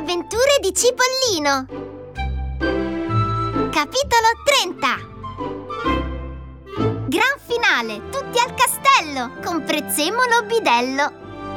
avventure di Cipollino. Capitolo 30. Gran finale, tutti al castello, con Prezzemolo bidello.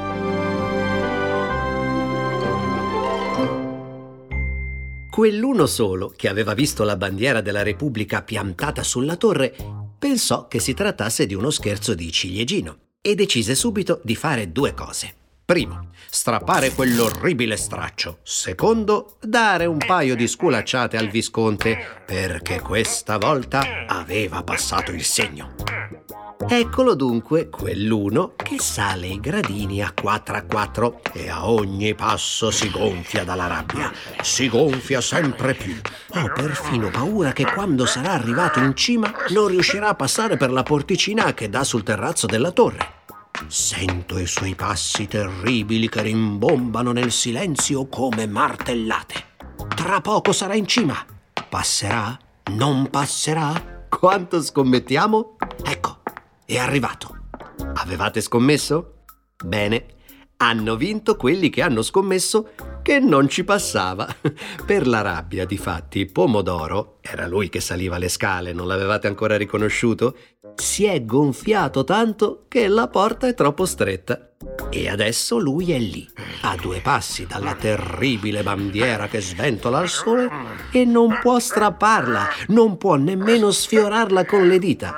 Quell'uno solo che aveva visto la bandiera della Repubblica piantata sulla torre pensò che si trattasse di uno scherzo di ciliegino e decise subito di fare due cose. Primo, strappare quell'orribile straccio. Secondo, dare un paio di sculacciate al visconte, perché questa volta aveva passato il segno. Eccolo dunque quell'uno che sale i gradini a 4 e a ogni passo si gonfia dalla rabbia. Si gonfia sempre più. Ho perfino paura che quando sarà arrivato in cima non riuscirà a passare per la porticina che dà sul terrazzo della torre. Sento i suoi passi terribili che rimbombano nel silenzio come martellate. Tra poco sarà in cima. Passerà? Non passerà? Quanto scommettiamo? Ecco, è arrivato. Avevate scommesso? Bene, hanno vinto quelli che hanno scommesso che non ci passava. Per la rabbia, difatti, Pomodoro, era lui che saliva le scale, non l'avevate ancora riconosciuto? Si è gonfiato tanto che la porta è troppo stretta. E adesso lui è lì, a 2 passi dalla terribile bandiera che sventola al sole e non può strapparla, non può nemmeno sfiorarla con le dita.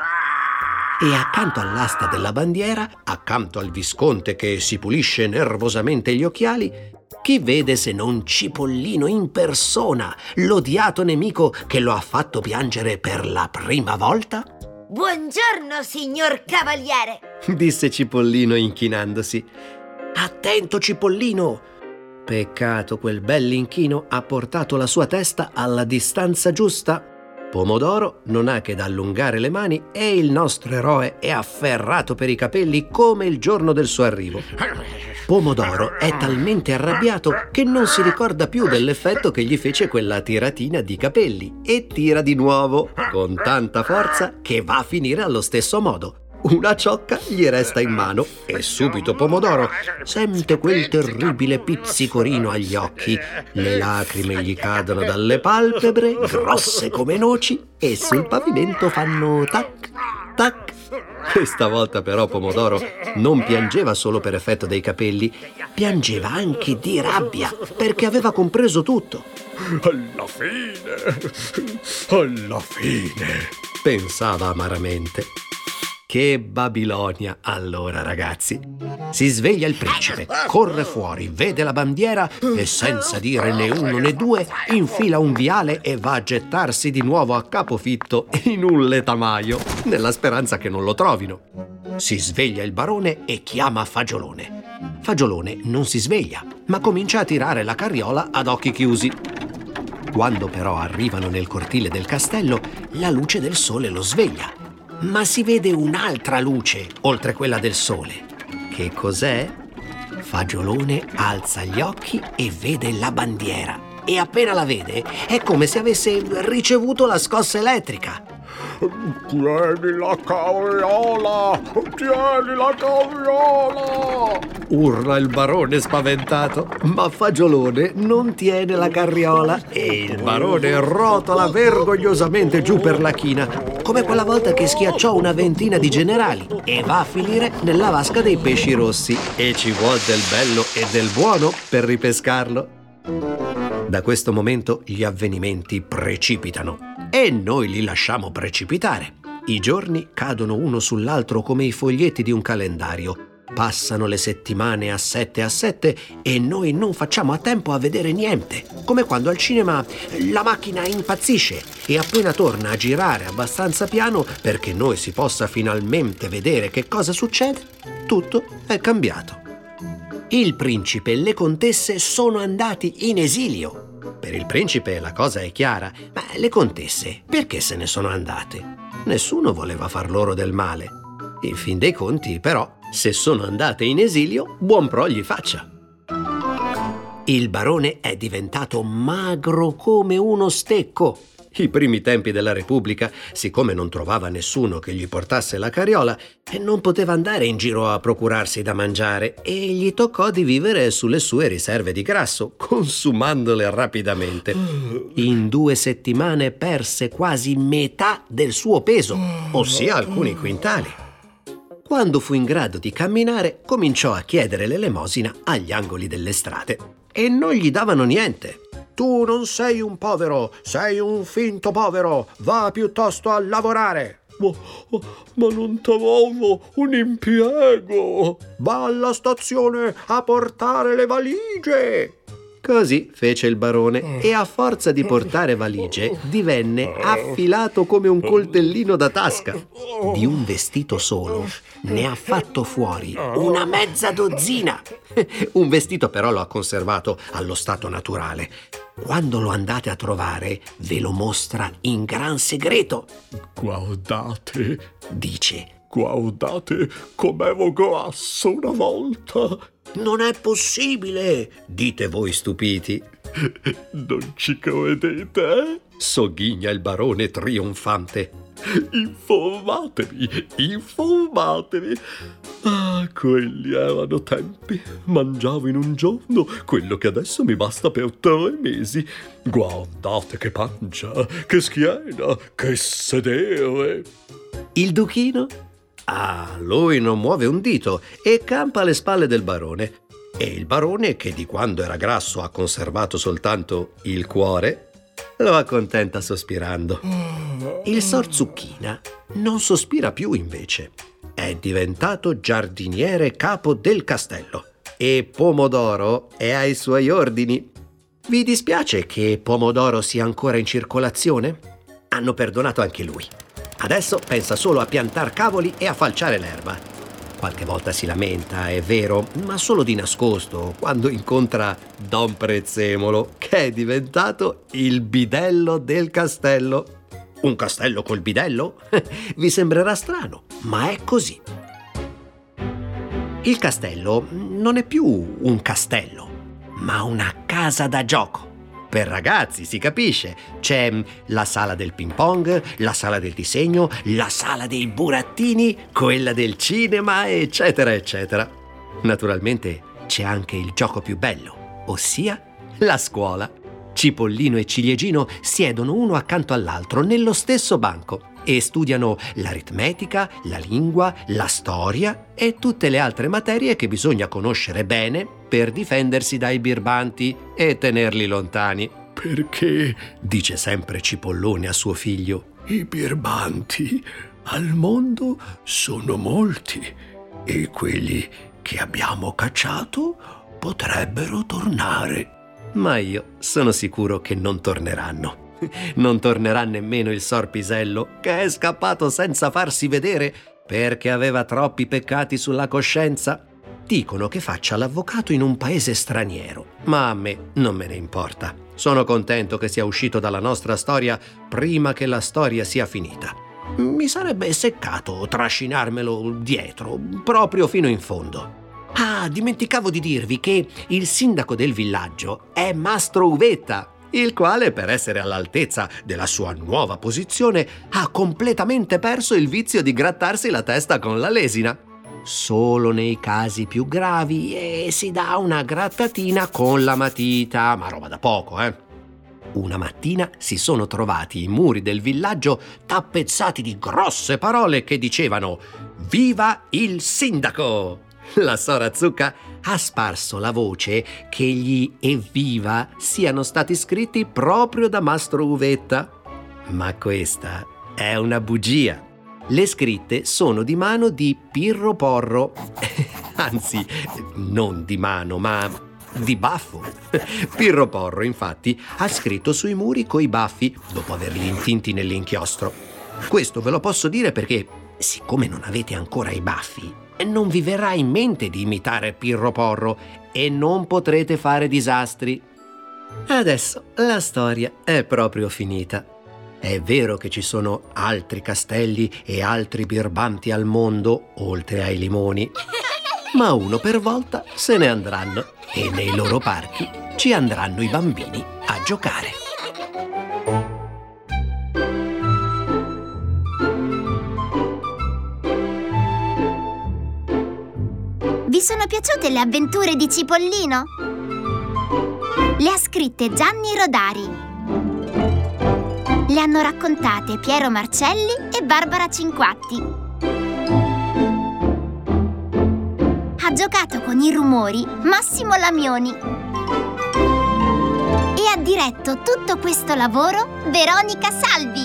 E accanto all'asta della bandiera, accanto al visconte che si pulisce nervosamente gli occhiali, chi vede se non Cipollino in persona, l'odiato nemico che lo ha fatto piangere per la prima volta? Buongiorno, signor cavaliere! Disse Cipollino inchinandosi. Attento, Cipollino! Peccato, quel bell'inchino ha portato la sua testa alla distanza giusta. Pomodoro non ha che da allungare le mani e il nostro eroe è afferrato per i capelli come il giorno del suo arrivo. Pomodoro è talmente arrabbiato che non si ricorda più dell'effetto che gli fece quella tiratina di capelli e tira di nuovo con tanta forza che va a finire allo stesso modo. Una ciocca gli resta in mano e subito Pomodoro sente quel terribile pizzicorino agli occhi. Le lacrime gli cadono dalle palpebre, grosse come noci, e sul pavimento fanno tac, tac. Questa volta però Pomodoro non piangeva solo per effetto dei capelli, piangeva anche di rabbia, perché aveva compreso tutto. Alla fine, pensava amaramente. Che Babilonia, allora, ragazzi. Si sveglia il principe, corre fuori, vede la bandiera e senza dire né uno né due infila un viale e va a gettarsi di nuovo a capofitto in un letamaio, nella speranza che non lo trovino. Si sveglia il barone e chiama Fagiolone. Fagiolone non si sveglia, ma comincia a tirare la carriola ad occhi chiusi. Quando però arrivano nel cortile del castello, la luce del sole lo sveglia. Ma si vede un'altra luce, oltre quella del sole. Che cos'è? Fagiolone alza gli occhi e vede la bandiera. E appena la vede, è come se avesse ricevuto la scossa elettrica. tieni la carriola! Tieni la carriola! Urla il barone spaventato, ma Fagiolone non tiene la carriola e il barone rotola vergognosamente giù per la china, come quella volta che schiacciò una ventina di generali e va a finire nella vasca dei pesci rossi. E ci vuol del bello e del buono per ripescarlo. Da questo momento gli avvenimenti precipitano e noi li lasciamo precipitare. I giorni cadono uno sull'altro come i foglietti di un calendario. Passano le settimane a 7 e noi non facciamo a tempo a vedere niente. Come quando al cinema la macchina impazzisce e appena torna a girare abbastanza piano perché noi si possa finalmente vedere che cosa succede, tutto è cambiato. Il principe e le contesse sono andati in esilio. Per il principe la cosa è chiara, ma le contesse perché se ne sono andate? Nessuno voleva far loro del male. In fin dei conti, però, se sono andate in esilio, buon pro gli faccia. Il barone è diventato magro come uno stecco. I primi tempi della Repubblica, siccome non trovava nessuno che gli portasse la carriola, non poteva andare in giro a procurarsi da mangiare e gli toccò di vivere sulle sue riserve di grasso, consumandole rapidamente. In 2 settimane perse quasi metà del suo peso, ossia alcuni quintali. Quando fu in grado di camminare, cominciò a chiedere l'elemosina agli angoli delle strade e non gli davano niente. «Tu non sei un povero, sei un finto povero, va piuttosto a lavorare!» Ma non trovo un impiego! «Va alla stazione a portare le valigie!» Così fece il barone e a forza di portare valigie divenne affilato come un coltellino da tasca. Di un vestito solo ne ha fatto fuori una mezza dozzina. Un vestito però lo ha conservato allo stato naturale. Quando lo andate a trovare ve lo mostra in gran segreto. Guardate, Dice: guardate com'ero grasso una volta! «Non è possibile!» dite voi stupiti. Non ci credete? Sogghigna il barone trionfante. Informatevi, informatevi! Ah, quelli erano tempi. Mangiavo in un giorno quello che adesso mi basta per 3 mesi. Guardate che pancia, che schiena, che sedere! Il duchino? Ah, lui non muove un dito e campa alle spalle del barone. E il barone, che di quando era grasso ha conservato soltanto il cuore, lo accontenta sospirando. Il Sor Zucchina non sospira più invece. È diventato giardiniere capo del castello e Pomodoro è ai suoi ordini. Vi dispiace che Pomodoro sia ancora in circolazione? Hanno perdonato anche lui. Adesso pensa solo a piantar cavoli e a falciare l'erba. Qualche volta si lamenta, è vero, ma solo di nascosto, quando incontra Don Prezzemolo, che è diventato il bidello del castello. Un castello col bidello? Vi sembrerà strano, ma è così. Il castello non è più un castello, ma una casa da gioco. Per ragazzi, si capisce. C'è la sala del ping pong, la sala del disegno, la sala dei burattini, quella del cinema, eccetera, eccetera. Naturalmente c'è anche il gioco più bello, ossia la scuola. Cipollino e Ciliegino siedono uno accanto all'altro nello stesso banco e studiano l'aritmetica, la lingua, la storia e tutte le altre materie che bisogna conoscere bene per difendersi dai birbanti e tenerli lontani. Perché, Dice sempre Cipollone a suo figlio, i birbanti al mondo sono molti e quelli che abbiamo cacciato potrebbero tornare. ma io sono sicuro che non torneranno. Non tornerà nemmeno il Sor Pisello, che è scappato senza farsi vedere perché aveva troppi peccati sulla coscienza. Dicono che faccia l'avvocato in un paese straniero, ma a me non me ne importa. Sono contento che sia uscito dalla nostra storia prima che la storia sia finita. Mi sarebbe seccato trascinarmelo dietro, proprio fino in fondo. Ah, dimenticavo di dirvi che il sindaco del villaggio è Mastro Uvetta, il quale, per essere all'altezza della sua nuova posizione, ha completamente perso il vizio di grattarsi la testa con la lesina. Solo nei casi più gravi e si dà una grattatina con la matita, ma roba da poco, Una mattina si sono trovati i muri del villaggio tappezzati di grosse parole che dicevano «Viva il sindaco!». La Sora Zucca ha sparso la voce che gli evviva siano stati scritti proprio da Mastro Uvetta. Ma questa è una bugia. Le scritte sono di mano di Pirro Porro. Anzi, non di mano, ma di baffo. Pirro Porro, infatti, ha scritto sui muri coi baffi dopo averli intinti nell'inchiostro. Questo ve lo posso dire perché, siccome non avete ancora i baffi, non vi verrà in mente di imitare Pirro Porro e non potrete fare disastri. Adesso la storia è proprio finita. È vero che ci sono altri castelli e altri birbanti al mondo, oltre ai limoni, ma uno per volta se ne andranno e nei loro parchi ci andranno i bambini a giocare. Vi sono piaciute le avventure di Cipollino? Le ha scritte Gianni Rodari. Le hanno raccontate Piero Marcelli e Barbara Cinquatti. Ha giocato con i rumori Massimo Lamioni. E ha diretto tutto questo lavoro Veronica Salvi.